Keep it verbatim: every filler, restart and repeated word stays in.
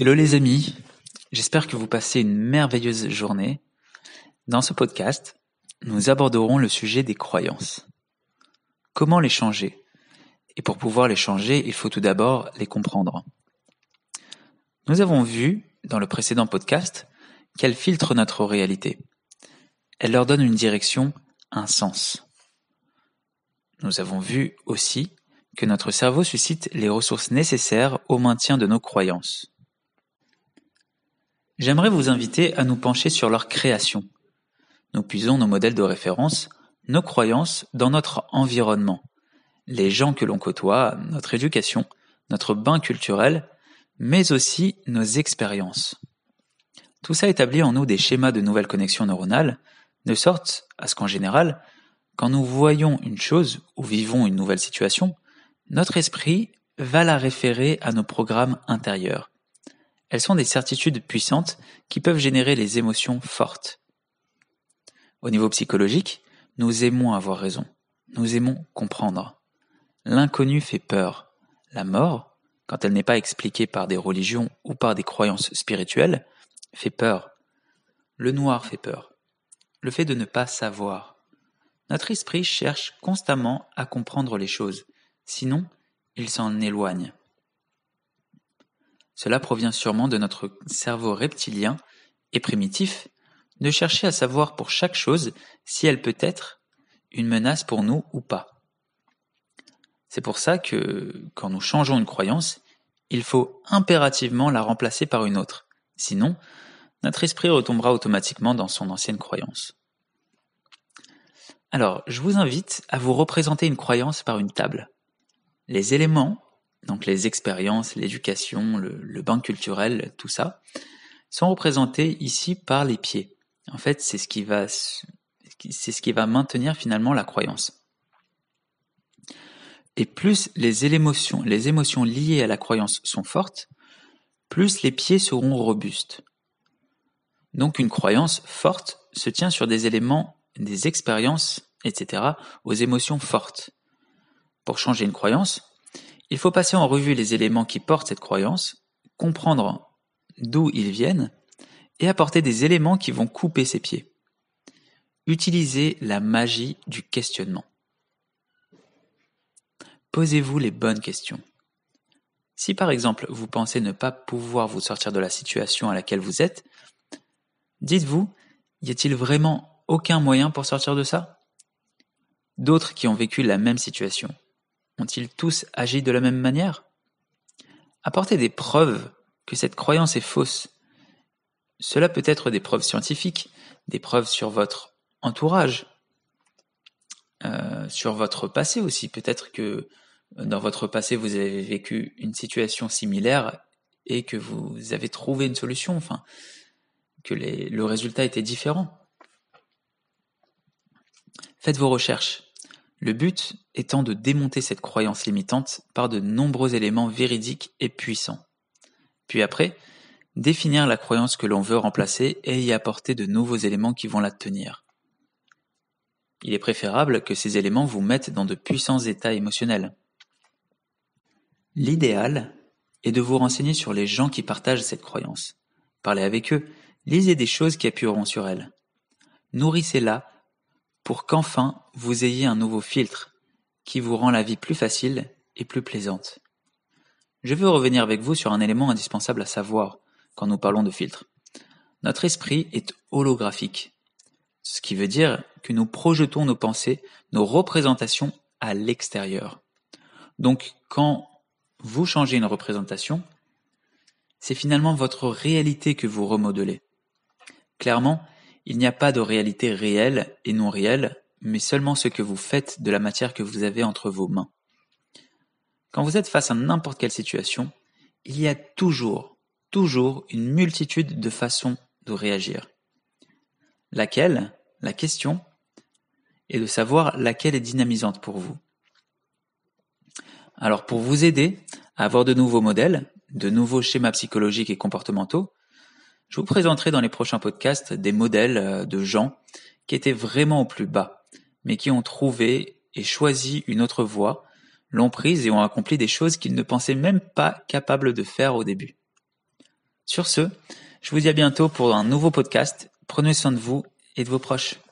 Hello les amis, j'espère que vous passez une merveilleuse journée. Dans ce podcast, nous aborderons le sujet des croyances. Comment les changer? Et pour pouvoir les changer, il faut tout d'abord les comprendre. Nous avons vu, dans le précédent podcast, qu'elles filtrent notre réalité. Elles leur donnent une direction, un sens. Nous avons vu aussi que notre cerveau suscite les ressources nécessaires au maintien de nos croyances. J'aimerais vous inviter à nous pencher sur leur création. Nous puisons nos modèles de référence, nos croyances dans notre environnement, les gens que l'on côtoie, notre éducation, notre bain culturel, mais aussi nos expériences. Tout ça établit en nous des schémas de nouvelles connexions neuronales, de sorte à ce qu'en général, quand nous voyons une chose ou vivons une nouvelle situation, notre esprit va la référer à nos programmes intérieurs. Elles sont des certitudes puissantes qui peuvent générer les émotions fortes. Au niveau psychologique, nous aimons avoir raison. Nous aimons comprendre. L'inconnu fait peur. La mort, quand elle n'est pas expliquée par des religions ou par des croyances spirituelles, fait peur. Le noir fait peur. Le fait de ne pas savoir. Notre esprit cherche constamment à comprendre les choses. Sinon, il s'en éloigne. Cela provient sûrement de notre cerveau reptilien et primitif de chercher à savoir pour chaque chose si elle peut être une menace pour nous ou pas. C'est pour ça que, quand nous changeons une croyance, il faut impérativement la remplacer par une autre. Sinon, notre esprit retombera automatiquement dans son ancienne croyance. Alors, je vous invite à vous représenter une croyance par une table. Les éléments, donc les expériences, l'éducation, le, le bain culturel, tout ça, sont représentés ici par les pieds. En fait, c'est ce qui va, c'est ce qui va maintenir finalement la croyance. Et plus les émotions, les émotions liées à la croyance sont fortes, plus les pieds seront robustes. Donc une croyance forte se tient sur des éléments, des expériences, et cetera, aux émotions fortes. Pour changer une croyance, il faut passer en revue les éléments qui portent cette croyance, comprendre d'où ils viennent et apporter des éléments qui vont couper ces pieds. Utilisez la magie du questionnement. Posez-vous les bonnes questions. Si par exemple vous pensez ne pas pouvoir vous sortir de la situation à laquelle vous êtes, dites-vous, y a-t-il vraiment aucun moyen pour sortir de ça? D'autres qui ont vécu la même situation, ont-ils tous agi de la même manière? Apportez des preuves que cette croyance est fausse. Cela peut être des preuves scientifiques, des preuves sur votre entourage, euh, sur votre passé aussi. Peut-être que dans votre passé, vous avez vécu une situation similaire et que vous avez trouvé une solution, enfin, que les, le résultat était différent. Faites vos recherches. Le but étant de démonter cette croyance limitante par de nombreux éléments véridiques et puissants. Puis après, définir la croyance que l'on veut remplacer et y apporter de nouveaux éléments qui vont la tenir. Il est préférable que ces éléments vous mettent dans de puissants états émotionnels. L'idéal est de vous renseigner sur les gens qui partagent cette croyance. Parlez avec eux, lisez des choses qui appuieront sur elle. Nourrissez-la pour qu'enfin vous ayez un nouveau filtre qui vous rend la vie plus facile et plus plaisante. Je veux revenir avec vous sur un élément indispensable à savoir quand nous parlons de filtre. Notre esprit est holographique, ce qui veut dire que nous projetons nos pensées, nos représentations à l'extérieur. Donc quand vous changez une représentation, c'est finalement votre réalité que vous remodelez. Clairement, il n'y a pas de réalité réelle et non réelle, mais seulement ce que vous faites de la matière que vous avez entre vos mains. Quand vous êtes face à n'importe quelle situation, il y a toujours, toujours une multitude de façons de réagir. Laquelle, la question, est de savoir laquelle est dynamisante pour vous. Alors pour vous aider à avoir de nouveaux modèles, de nouveaux schémas psychologiques et comportementaux, je vous présenterai dans les prochains podcasts des modèles de gens qui étaient vraiment au plus bas, mais qui ont trouvé et choisi une autre voie, l'ont prise et ont accompli des choses qu'ils ne pensaient même pas capables de faire au début. Sur ce, je vous dis à bientôt pour un nouveau podcast. Prenez soin de vous et de vos proches.